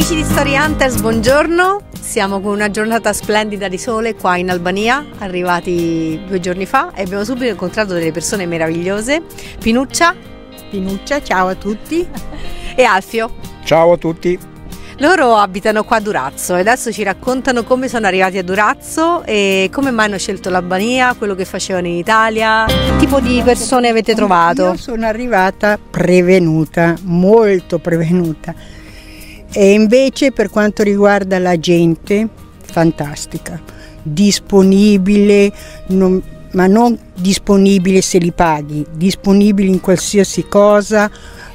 Amici di Story Hunters, buongiorno. Siamo con una giornata splendida di sole qua in Albania, arrivati 2 giorni fa e abbiamo subito incontrato delle persone meravigliose. Pinuccia, ciao a tutti. E Alfio. Ciao a tutti. Loro abitano qua a Durazzo e adesso ci raccontano come sono arrivati a Durazzo e come mai hanno scelto l'Albania, quello che facevano in Italia. Che tipo di persone avete trovato? Io sono arrivata prevenuta, molto prevenuta. E invece per quanto riguarda la gente, fantastica, disponibile, ma non disponibile se li paghi, disponibili in qualsiasi cosa,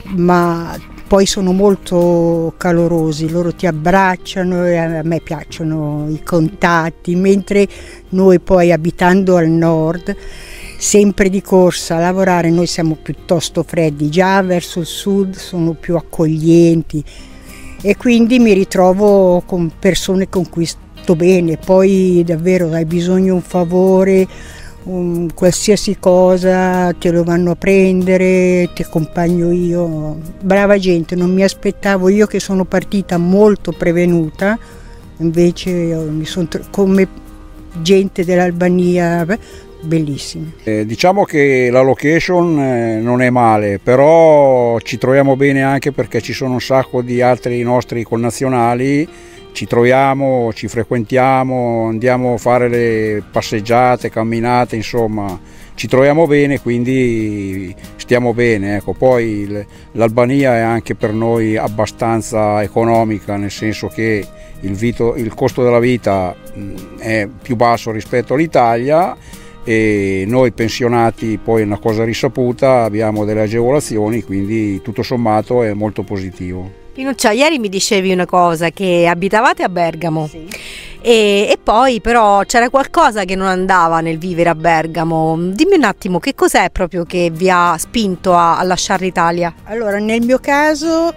ma poi sono molto calorosi, loro ti abbracciano e a me piacciono i contatti, mentre noi poi abitando al nord, sempre di corsa a lavorare, noi siamo piuttosto freddi, già verso il sud sono più accoglienti e quindi mi ritrovo con persone con cui sto bene, poi davvero hai bisogno di un favore, qualsiasi cosa te lo vanno a prendere, ti accompagno io, brava gente, non mi aspettavo, io che sono partita molto prevenuta, invece mi sono come gente dell'Albania, bellissime. Diciamo che la location non è male, però ci troviamo bene anche perché ci sono un sacco di altri nostri connazionali. Ci troviamo, ci frequentiamo, andiamo a fare le passeggiate, camminate, insomma ci troviamo bene, quindi stiamo bene. Ecco. Poi l'Albania è anche per noi abbastanza economica, nel senso che il costo della vita è più basso rispetto all'Italia e noi pensionati, poi è una cosa risaputa, abbiamo delle agevolazioni, quindi tutto sommato è molto positivo. Pinuccia, ieri mi dicevi una cosa, che abitavate a Bergamo, Sì. e poi però c'era qualcosa che non andava nel vivere a Bergamo. Dimmi un attimo, che cos'è proprio che vi ha spinto a lasciare l'Italia? Allora, nel mio caso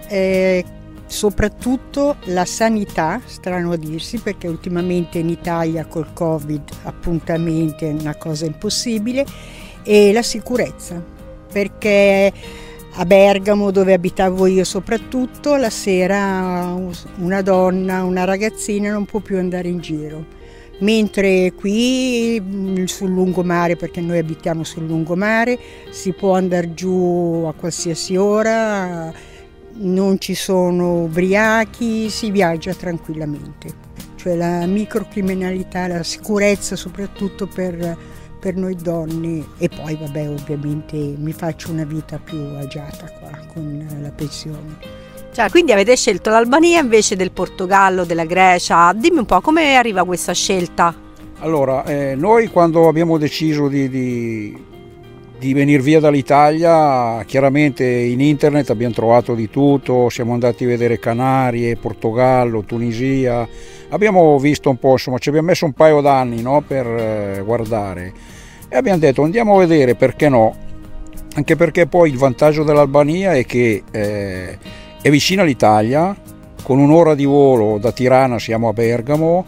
soprattutto la sanità, strano a dirsi, perché ultimamente in Italia col Covid appuntamenti è una cosa impossibile, e la sicurezza, perché a Bergamo, dove abitavo io soprattutto, la sera una donna, una ragazzina non può più andare in giro, mentre qui sul lungomare, perché noi abitiamo sul lungomare, si può andare giù a qualsiasi ora, non ci sono ubriachi, si viaggia tranquillamente. Cioè la microcriminalità, la sicurezza soprattutto per noi donne, e poi vabbè ovviamente mi faccio una vita più agiata qua con la pensione. Cioè, quindi avete scelto l'Albania invece del Portogallo, della Grecia. Dimmi un po' come arriva questa scelta? Allora, noi quando abbiamo deciso di venire via dall'Italia, chiaramente in internet abbiamo trovato di tutto, siamo andati a vedere Canarie, Portogallo, Tunisia, abbiamo visto un po', insomma ci abbiamo messo un paio d'anni, no, per guardare e abbiamo detto andiamo a vedere, perché no, anche perché poi il vantaggio dell'Albania è che è vicina all'Italia, con un'ora di volo da Tirana siamo a Bergamo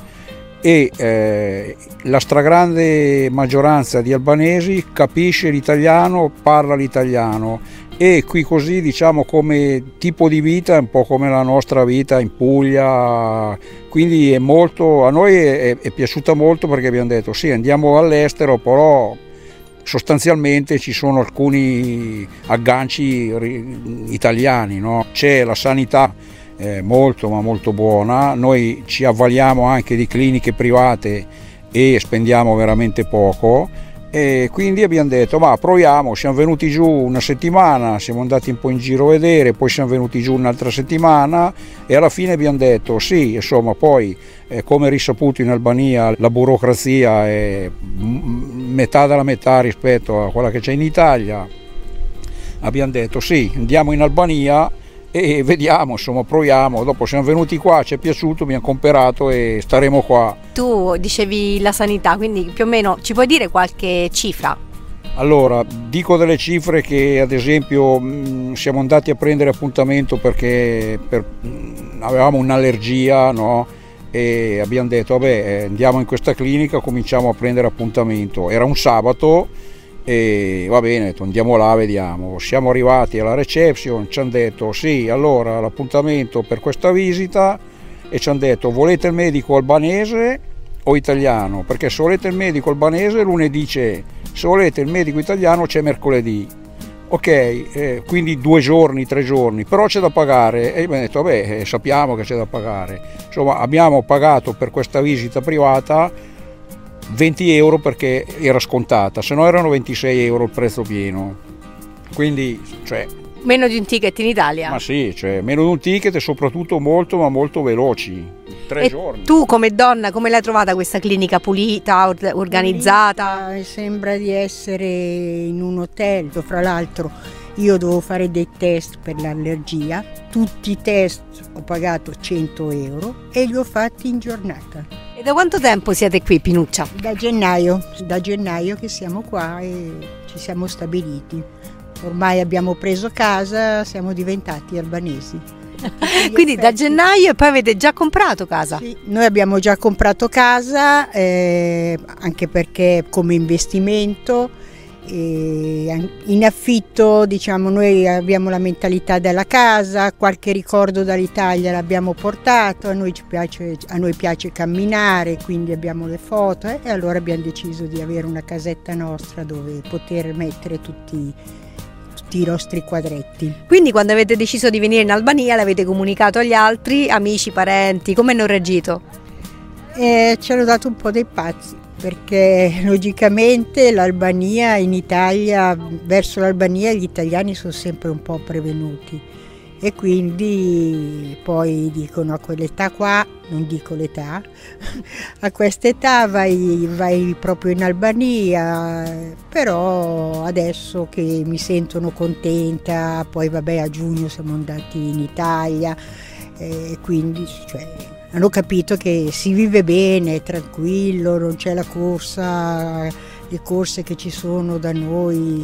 e la stragrande maggioranza di albanesi capisce l'italiano, parla l'italiano e qui così, diciamo, come tipo di vita è un po' come la nostra vita in Puglia, quindi è molto, a noi è piaciuta molto, perché abbiamo detto sì, andiamo all'estero, però sostanzialmente ci sono alcuni agganci italiani, no? C'è la sanità molto ma molto buona, noi ci avvaliamo anche di cliniche private e spendiamo veramente poco e quindi abbiamo detto ma proviamo, siamo venuti giù una settimana, siamo andati un po' in giro a vedere, poi siamo venuti giù un'altra settimana e alla fine abbiamo detto sì, insomma poi come risaputo in Albania la burocrazia è metà della metà rispetto a quella che c'è in Italia, abbiamo detto sì, andiamo in Albania e vediamo, insomma proviamo, dopo siamo venuti qua, ci è piaciuto, abbiamo comperato e staremo qua. Tu dicevi la sanità, quindi più o meno ci puoi dire qualche cifra? Allora, dico delle cifre che ad esempio siamo andati a prendere appuntamento perché avevamo un'allergia, no? E abbiamo detto vabbè andiamo in questa clinica, cominciamo a prendere appuntamento, era un sabato e va bene, andiamo là, vediamo. Siamo arrivati alla reception, ci hanno detto sì, allora l'appuntamento per questa visita e ci hanno detto: volete il medico albanese o italiano? Perché se volete il medico albanese lunedì c'è, se volete il medico italiano c'è mercoledì. Ok, quindi 2 giorni, 3 giorni, però c'è da pagare. E io mi ho detto: vabbè, sappiamo che c'è da pagare. Insomma, abbiamo pagato per questa visita privata 20 euro perché era scontata, se no erano 26 euro il prezzo pieno. Quindi, cioè, Meno di un ticket in Italia? ma sì, cioè, meno di un ticket e soprattutto molto, ma molto veloci. 3 giorni. Tu come donna, come l'hai trovata questa clinica pulita, organizzata? Sembra di essere in un hotel. Fra l'altro io dovevo fare dei test per l'allergia, tutti i test ho pagato 100 euro e li ho fatti in giornata. E da quanto tempo siete qui, Pinuccia? Da gennaio che siamo qua e ci siamo stabiliti. Ormai abbiamo preso casa, siamo diventati albanesi. Quindi da gennaio e poi avete già comprato casa? Sì, noi abbiamo già comprato casa, anche perché come investimento, in affitto, diciamo, noi abbiamo la mentalità della casa, qualche ricordo dall'Italia l'abbiamo portato, a noi piace camminare, quindi abbiamo le foto e allora abbiamo deciso di avere una casetta nostra dove poter mettere tutti i nostri quadretti. Quindi quando avete deciso di venire in Albania l'avete comunicato agli altri, amici, parenti, come hanno reagito? Ci hanno dato un po' dei pazzi, perché logicamente l'Albania in Italia, verso l'Albania gli italiani sono sempre un po' prevenuti e quindi poi dicono: a quell'età qua, non dico l'età, a quest'età vai proprio in Albania, però adesso che mi sentono contenta, poi vabbè a giugno siamo andati in Italia e quindi hanno capito che si vive bene, tranquillo, non c'è la corsa, le corse che ci sono da noi,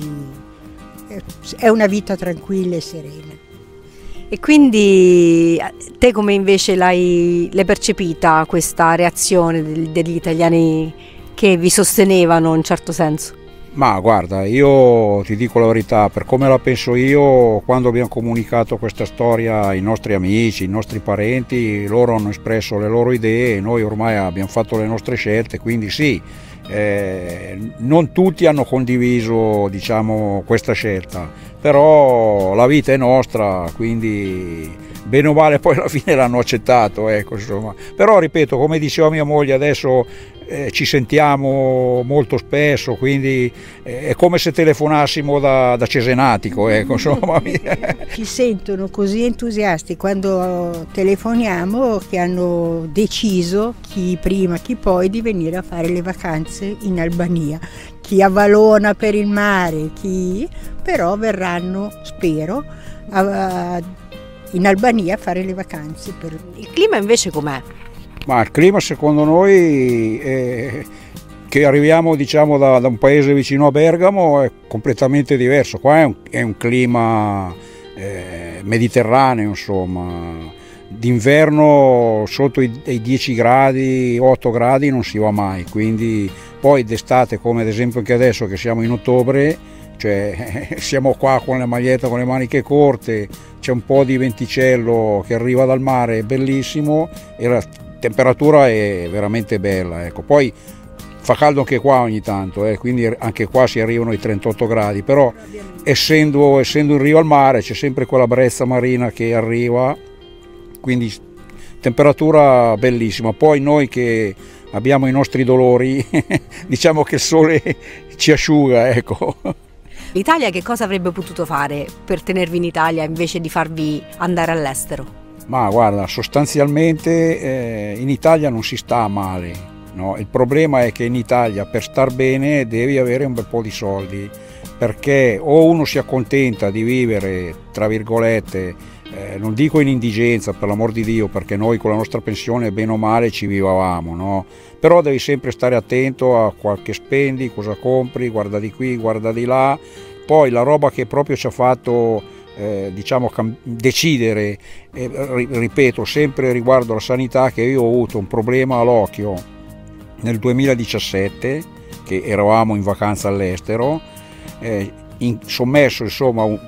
è una vita tranquilla e serena. E quindi te come invece l'hai percepita questa reazione degli italiani che vi sostenevano in un certo senso? Ma guarda, io ti dico la verità, per come la penso io, quando abbiamo comunicato questa storia ai nostri amici, ai nostri parenti, loro hanno espresso le loro idee e noi ormai abbiamo fatto le nostre scelte, quindi sì, non tutti hanno condiviso, diciamo, questa scelta, però la vita è nostra, quindi bene o male poi alla fine l'hanno accettato, ecco, insomma. Però ripeto, come diceva mia moglie, adesso ci sentiamo molto spesso, quindi è come se telefonassimo da Cesenatico, ecco, insomma. Ci sentono così entusiasti quando telefoniamo che hanno deciso, chi prima chi poi, di venire a fare le vacanze in Albania. Chi a Valona per il mare, però verranno, spero, in Albania a fare le vacanze. Il clima invece com'è? Ma il clima secondo noi, che arriviamo, diciamo, da un paese vicino a Bergamo, è completamente diverso. Qua è un clima mediterraneo, insomma. D'inverno sotto i 10 gradi, 8 gradi non si va mai, quindi poi d'estate, come ad esempio anche adesso che siamo in ottobre, cioè siamo qua con la maglietta, con le maniche corte, c'è un po' di venticello che arriva dal mare, è bellissimo e la temperatura è veramente bella, ecco. Poi fa caldo anche qua ogni tanto, quindi anche qua si arrivano ai 38 gradi, però essendo in riva al mare c'è sempre quella brezza marina che arriva, quindi temperatura bellissima. Poi noi che abbiamo i nostri dolori diciamo che il sole ci asciuga, ecco. L'Italia che cosa avrebbe potuto fare per tenervi in Italia invece di farvi andare all'estero? Ma guarda, sostanzialmente in Italia non si sta male, no? Il problema è che in Italia per star bene devi avere un bel po' di soldi, perché o uno si accontenta di vivere, tra virgolette, non dico in indigenza, per l'amor di Dio, perché noi con la nostra pensione bene o male ci vivavamo, no? Però devi sempre stare attento a qualche spendi, cosa compri, guarda di qui, guarda di là. Poi la roba che proprio ci ha fatto diciamo decidere, ripeto sempre riguardo alla sanità, che io ho avuto un problema all'occhio nel 2017, che eravamo in vacanza all'estero, sommesso insomma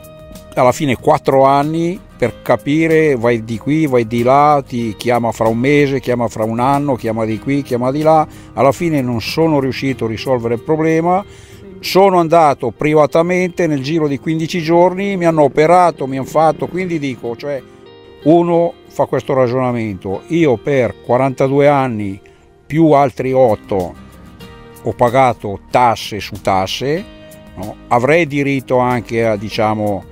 alla fine 4 anni per capire, vai di qui, vai di là, ti chiama fra un mese, chiama fra un anno, chiama di qui, chiama di là. Alla fine non sono riuscito a risolvere il problema, sono andato privatamente, nel giro di 15 giorni mi hanno operato, mi hanno fatto, quindi dico, cioè uno fa questo ragionamento, io per 42 anni più altri 8 ho pagato tasse su tasse, no? Avrei diritto anche a, diciamo,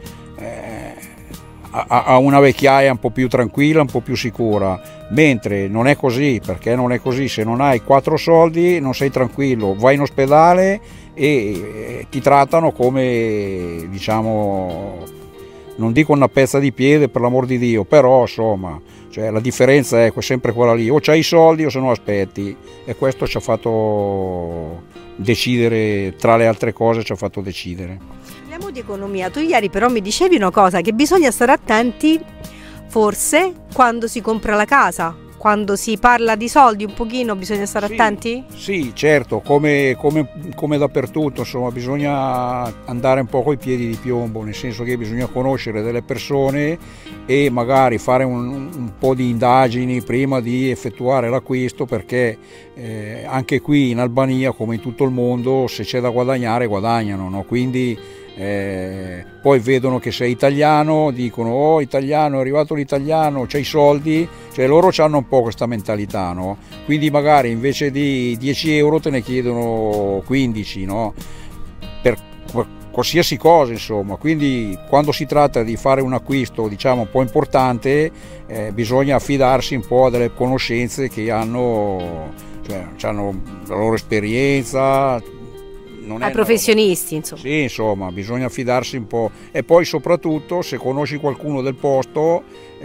a una vecchiaia un po' più tranquilla, un po' più sicura, mentre non è così, perché non è così, se non hai 4 soldi non sei tranquillo, vai in ospedale e ti trattano come, diciamo, non dico una pezza di piede per l'amor di Dio, però insomma, cioè, la differenza è sempre quella lì, o c'hai i soldi o se no aspetti, e questo ci ha fatto decidere, tra le altre cose ci ha fatto decidere. Parliamo di economia, tu ieri però mi dicevi una cosa, che bisogna stare attenti forse quando si compra la casa, quando si parla di soldi un pochino bisogna stare attenti? Sì, certo, come dappertutto, insomma, bisogna andare un po' coi piedi di piombo, nel senso che bisogna conoscere delle persone e magari fare un po' di indagini prima di effettuare l'acquisto, perché anche qui in Albania, come in tutto il mondo, se c'è da guadagnare guadagnano, no? Quindi poi vedono che sei italiano, dicono oh italiano, è arrivato l'italiano, c'hai i soldi, cioè loro hanno un po' questa mentalità, no? Quindi magari invece di 10 euro te ne chiedono 15, no? Per qualsiasi cosa, insomma. Quindi quando si tratta di fare un acquisto, diciamo, un po' importante, bisogna affidarsi un po' a delle conoscenze che hanno, cioè, hanno la loro esperienza. Ai professionisti, insomma. Sì, insomma, bisogna fidarsi un po', e poi soprattutto se conosci qualcuno del posto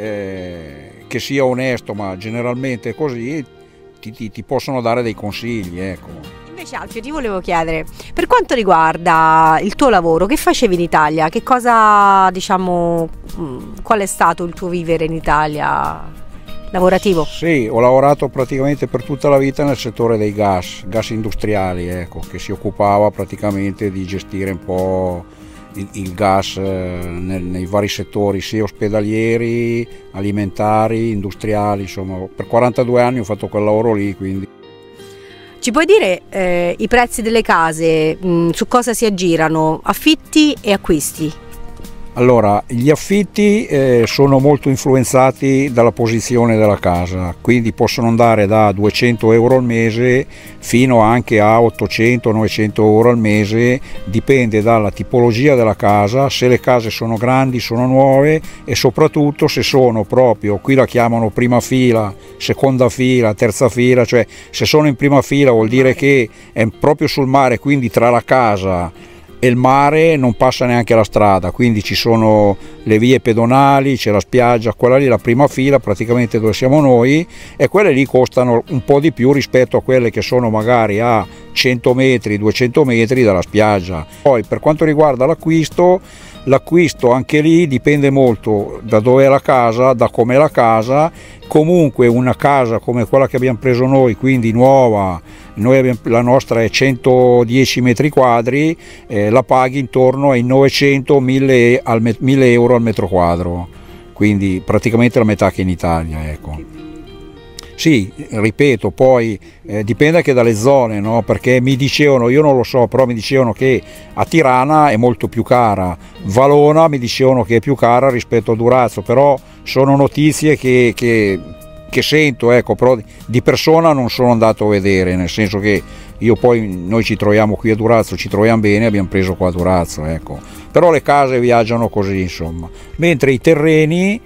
che sia onesto, ma generalmente è così, ti possono dare dei consigli, ecco. Invece Alfio, ti volevo chiedere, per quanto riguarda il tuo lavoro, che facevi in Italia? Che cosa, diciamo, qual è stato il tuo vivere in Italia lavorativo? Sì, ho lavorato praticamente per tutta la vita nel settore dei gas industriali, ecco, che si occupava praticamente di gestire un po' il gas nei vari settori, sia ospedalieri, alimentari, industriali, insomma, per 42 anni ho fatto quel lavoro lì, quindi. Ci puoi dire i prezzi delle case, su cosa si aggirano, affitti e acquisti? Allora, gli affitti sono molto influenzati dalla posizione della casa, quindi possono andare da 200 euro al mese fino anche a 800-900 euro al mese, dipende dalla tipologia della casa, se le case sono grandi, sono nuove, e soprattutto se sono proprio, qui la chiamano prima fila, seconda fila, terza fila, cioè se sono in prima fila vuol dire che è proprio sul mare, quindi tra la casa e il mare non passa neanche la strada, quindi ci sono le vie pedonali, c'è la spiaggia, quella lì la prima fila praticamente dove siamo noi, e quelle lì costano un po' di più rispetto a quelle che sono magari a 100 metri, 200 metri dalla spiaggia. Poi per quanto riguarda l'acquisto anche lì dipende molto da dove è la casa, da com'è la casa. Comunque una casa come quella che abbiamo preso noi, quindi nuova, la nostra è 110 metri quadri, la paghi intorno ai 900-1000 euro al metro quadro, quindi praticamente la metà che in Italia, ecco. Sì, ripeto, poi dipende anche dalle zone, no? Perché mi dicevano, io non lo so, però mi dicevano che a Tirana è molto più cara, Valona mi dicevano che è più cara rispetto a Durazzo, però sono notizie che sento, ecco, però di persona non sono andato a vedere, nel senso che noi ci troviamo qui a Durazzo, ci troviamo bene, abbiamo preso qua a Durazzo, ecco. Però le case viaggiano così, insomma, mentre i terreni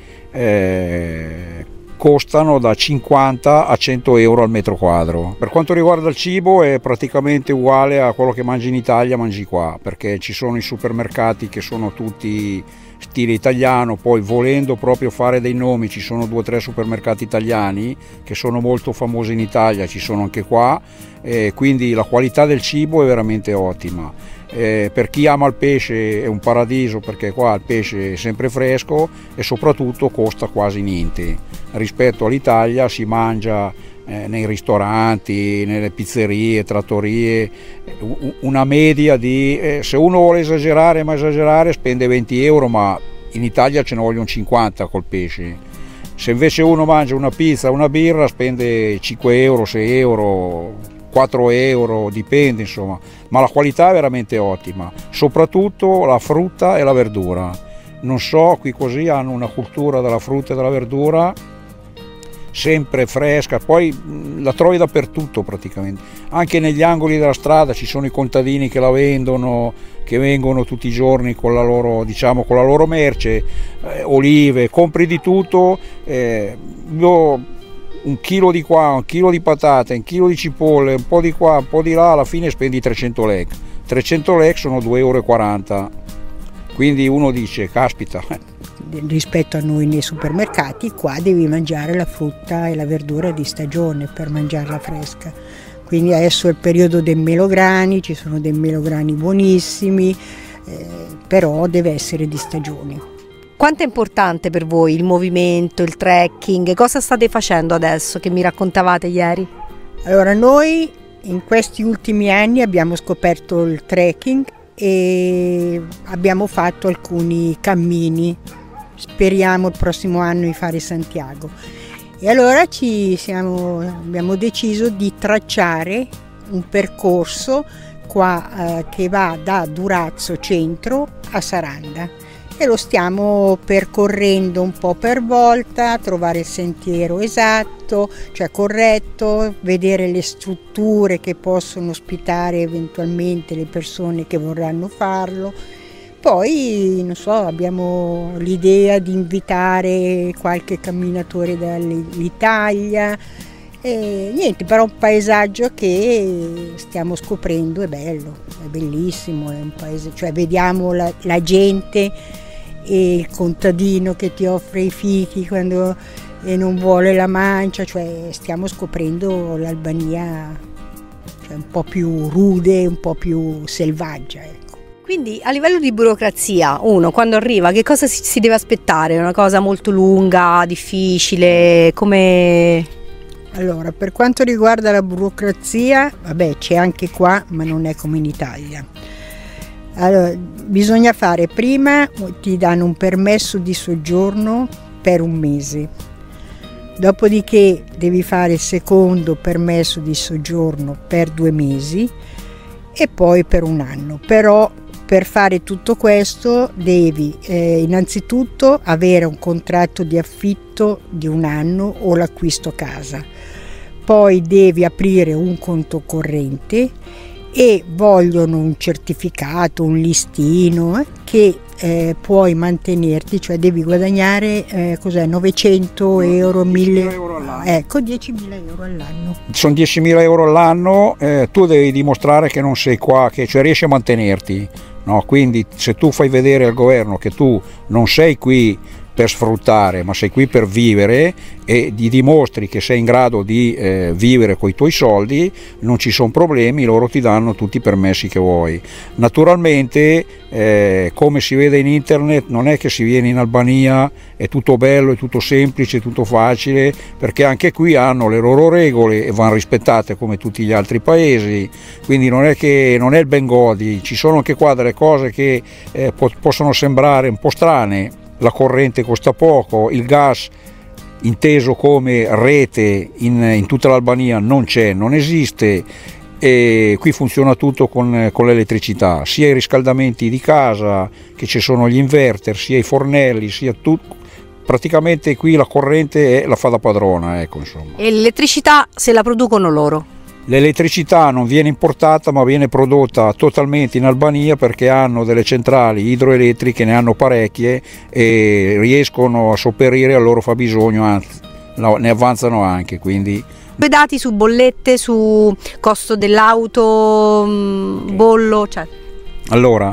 costano da 50 a 100 euro al metro quadro. Per quanto riguarda il cibo è praticamente uguale a quello che mangi in Italia, mangi qua, perché ci sono i supermercati che sono tutti stile italiano, poi volendo proprio fare dei nomi ci sono 2 o 3 supermercati italiani che sono molto famosi in Italia, ci sono anche qua, quindi la qualità del cibo è veramente ottima. Per chi ama il pesce è un paradiso, perché qua il pesce è sempre fresco e soprattutto costa quasi niente. Rispetto all'Italia si mangia nei ristoranti, nelle pizzerie, trattorie, una media di, se uno vuole esagerare, ma esagerare, spende 20 euro, ma in Italia ce ne vogliono 50 col pesce. Se invece uno mangia una pizza, una birra, spende 5 euro, 6 euro, 4 euro, dipende insomma, ma la qualità è veramente ottima, soprattutto la frutta e la verdura. Non so, qui così hanno una cultura della frutta e della verdura sempre fresca, poi la trovi dappertutto praticamente, anche negli angoli della strada ci sono i contadini che la vendono, che vengono tutti i giorni con la loro, diciamo, con la loro merce, olive, compri di tutto, io un chilo di qua, un chilo di patate, un chilo di cipolle, un po' di qua, un po' di là, alla fine spendi 300 lek. 300 lek sono 2,40 euro, quindi uno dice, caspita. Rispetto a noi nei supermercati, qua devi mangiare la frutta e la verdura di stagione per mangiarla fresca. Quindi adesso è il periodo dei melograni, ci sono dei melograni buonissimi, però deve essere di stagione. Quanto è importante per voi il movimento, il trekking? Cosa state facendo adesso che mi raccontavate ieri? Allora, noi in questi ultimi anni abbiamo scoperto il trekking e abbiamo fatto alcuni cammini. Speriamo il prossimo anno di fare Santiago. E allora abbiamo deciso di tracciare un percorso qua che va da Durazzo centro a Saranda e lo stiamo percorrendo un po' per volta, trovare il sentiero esatto, cioè corretto, vedere le strutture che possono ospitare eventualmente le persone che vorranno farlo. Poi, non so, abbiamo l'idea di invitare qualche camminatore dall'Italia e niente, però un paesaggio che stiamo scoprendo è bello, è bellissimo, è un paese, cioè vediamo la gente e il contadino che ti offre i fichi quando non vuole la mancia, cioè stiamo scoprendo l'Albania, cioè un po' più rude, un po' più selvaggia, ecco. Quindi a livello di burocrazia, uno quando arriva che cosa si deve aspettare? È una cosa molto lunga, difficile, come... Allora, per quanto riguarda la burocrazia, vabbè, c'è anche qua, ma non è come in Italia. Allora, bisogna fare prima, ti danno un permesso di soggiorno per un mese, dopodiché devi fare il secondo permesso di soggiorno per 2 mesi e poi per 1 anno. Però per fare tutto questo devi innanzitutto avere un contratto di affitto di 1 anno o l'acquisto casa, poi devi aprire un conto corrente e vogliono un certificato, un listino che puoi mantenerti, cioè devi guadagnare 900 euro, 1000 euro all'anno. Ecco, 10.000 euro all'anno. Sono 10.000 euro all'anno, tu devi dimostrare che non sei qua, cioè riesci a mantenerti, no? Quindi se tu fai vedere al governo che tu non sei qui per sfruttare, ma sei qui per vivere e gli dimostri che sei in grado di vivere con i tuoi soldi, non ci sono problemi, loro ti danno tutti i permessi che vuoi. Naturalmente, come si vede in internet, non è che si viene in Albania, è tutto bello, è tutto semplice, è tutto facile, perché anche qui hanno le loro regole e vanno rispettate come tutti gli altri paesi, quindi non è il Bengodi, ci sono anche qua delle cose che possono sembrare un po' strane. La corrente costa poco, il gas inteso come rete in tutta l'Albania non c'è, non esiste e qui funziona tutto con l'elettricità, sia i riscaldamenti di casa che ci sono gli inverter, sia i fornelli, sia tutto. Praticamente qui la corrente la fa da padrona, ecco, insomma. E l'elettricità se la producono loro? L'elettricità non viene importata ma viene prodotta totalmente in Albania perché hanno delle centrali idroelettriche, ne hanno parecchie e riescono a sopperire al loro fabbisogno, anzi ne avanzano anche, quindi... Due dati su bollette, su costo dell'auto, bollo, cioè... Allora,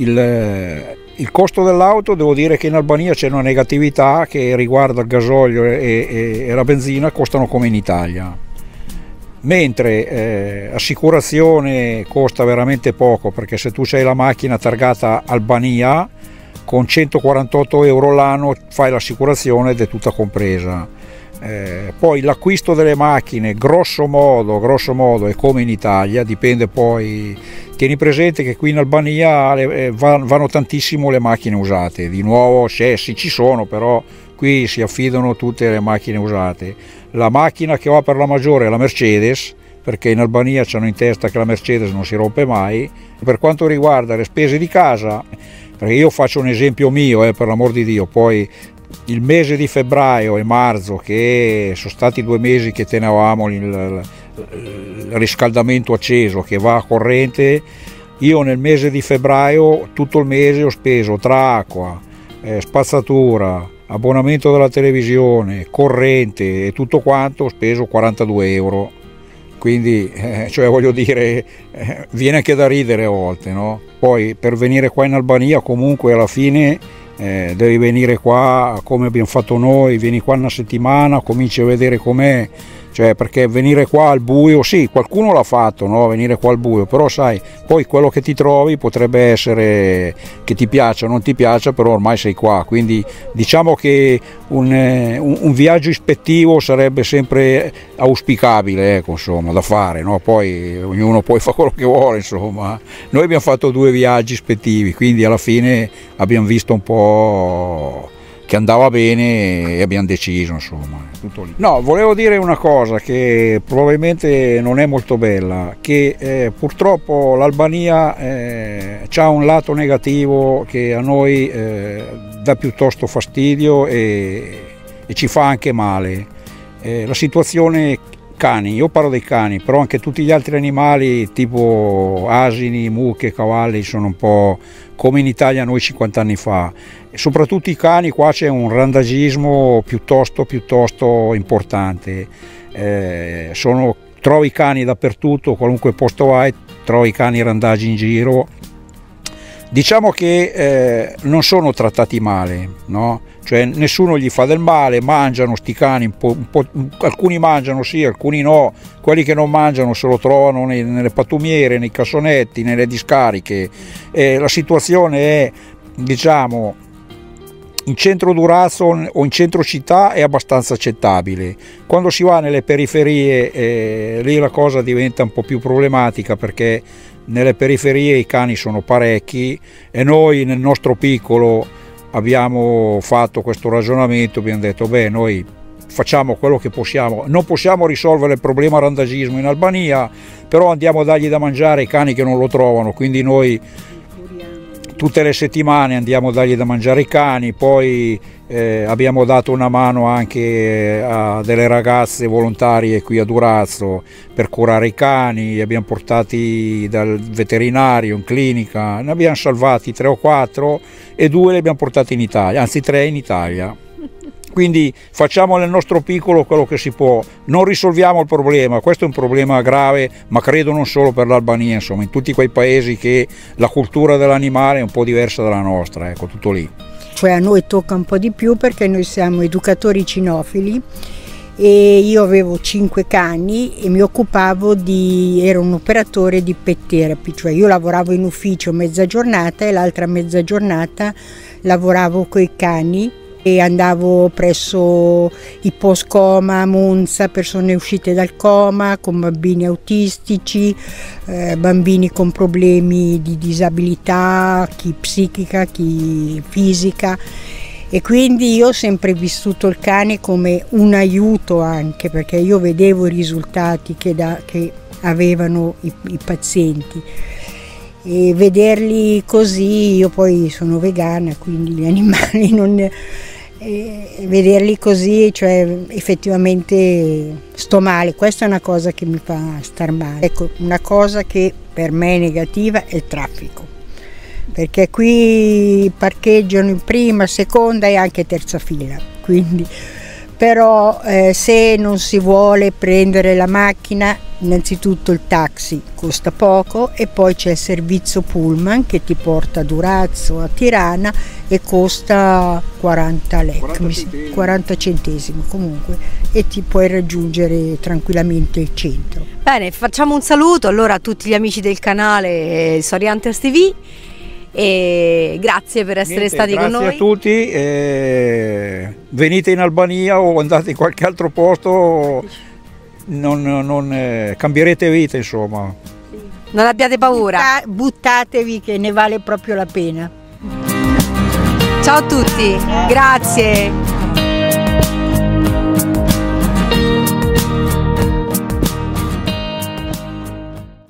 il costo dell'auto, devo dire che in Albania c'è una negatività che riguarda il gasolio e la benzina, costano come in Italia. Mentre assicurazione costa veramente poco, perché se tu hai la macchina targata Albania con 148 euro l'anno fai l'assicurazione ed è tutta compresa. Poi l'acquisto delle macchine grosso modo è come in Italia, dipende poi. Tieni presente che qui in Albania vanno tantissimo le macchine usate, di nuovo sì, ci sono, però qui si affidano tutte le macchine usate. La macchina che va per la maggiore è la Mercedes, perché in Albania c'hanno in testa che la Mercedes non si rompe mai. Per quanto riguarda le spese di casa, perché io faccio un esempio mio, per l'amor di Dio, poi il mese di febbraio e marzo, che sono stati 2 mesi che tenevamo il riscaldamento acceso che va a corrente, io nel mese di febbraio tutto il mese ho speso tra acqua, spazzatura, abbonamento della televisione, corrente e tutto quanto, ho speso 42 euro. Quindi cioè voglio dire, viene anche da ridere a volte, no? Poi per venire qua in Albania comunque alla fine devi venire qua come abbiamo fatto noi, vieni qua una settimana, cominci a vedere com'è, cioè perché venire qua al buio, sì, qualcuno l'ha fatto, no? Venire qua al buio, però sai, poi quello che ti trovi potrebbe essere che ti piaccia o non ti piaccia, però ormai sei qua, quindi diciamo che un viaggio ispettivo sarebbe sempre auspicabile, ecco, insomma, da fare, no? Poi ognuno poi fa quello che vuole, insomma. Noi abbiamo fatto 2 viaggi ispettivi, quindi alla fine abbiamo visto un po' che andava bene e abbiamo deciso, insomma, tutto lì. No, volevo dire una cosa che probabilmente non è molto bella, che purtroppo l'Albania ha un lato negativo che a noi dà piuttosto fastidio e ci fa anche male. La situazione cani, io parlo dei cani, però anche tutti gli altri animali tipo asini, mucche, cavalli sono un po' come in Italia noi 50 anni fa. E soprattutto i cani, qua c'è un randagismo piuttosto importante. Trovi cani dappertutto, qualunque posto vai, trovi cani randagi in giro. Diciamo che non sono trattati male, no? Cioè nessuno gli fa del male, mangiano sti cani, alcuni mangiano sì, alcuni no, quelli che non mangiano se lo trovano nelle pattumiere, nei cassonetti, nelle discariche. La situazione è, diciamo, in centro Durazzo o in centro città è abbastanza accettabile. Quando si va nelle periferie lì la cosa diventa un po' più problematica, perché nelle periferie i cani sono parecchi e noi nel nostro piccolo abbiamo fatto questo ragionamento, abbiamo detto beh, noi facciamo quello che possiamo, non possiamo risolvere il problema randagismo in Albania, però andiamo a dargli da mangiare ai cani che non lo trovano, quindi noi tutte le settimane andiamo a dargli da mangiare i cani. Poi abbiamo dato una mano anche a delle ragazze volontarie qui a Durazzo per curare i cani, li abbiamo portati dal veterinario in clinica, ne abbiamo salvati 3 o 4 e 2 li abbiamo portati in Italia, anzi 3 in Italia. Quindi facciamo nel nostro piccolo quello che si può, non risolviamo il problema, questo è un problema grave, ma credo non solo per l'Albania, insomma, in tutti quei paesi che la cultura dell'animale è un po' diversa dalla nostra, ecco, tutto lì. Cioè a noi tocca un po' di più perché noi siamo educatori cinofili e io avevo 5 cani e mi occupavo ero un operatore di pet therapy, cioè io lavoravo in ufficio mezza giornata e l'altra mezza giornata lavoravo coi cani e andavo presso i post-coma, Monza, persone uscite dal coma con bambini autistici, bambini con problemi di disabilità, chi psichica, chi fisica, e quindi io ho sempre vissuto il cane come un aiuto, anche perché io vedevo i risultati che avevano i pazienti. E vederli così, io poi sono vegana, quindi gli animali non... vederli così, cioè effettivamente sto male, questa è una cosa che mi fa star male. Ecco, una cosa che per me è negativa è il traffico, perché qui parcheggiano in prima, seconda e anche terza fila, quindi però se non si vuole prendere la macchina, innanzitutto il taxi costa poco e poi c'è il servizio pullman che ti porta a Durazzo, a Tirana e costa 40 lek, 40 centesimi comunque, e ti puoi raggiungere tranquillamente il centro. Bene, facciamo un saluto allora a tutti gli amici del canale Soriantes TV e grazie per essere stati con noi. Grazie a tutti, venite in Albania o andate in qualche altro posto, non cambierete vita, insomma. Non abbiate paura. Buttatevi che ne vale proprio la pena. Ciao a tutti, grazie.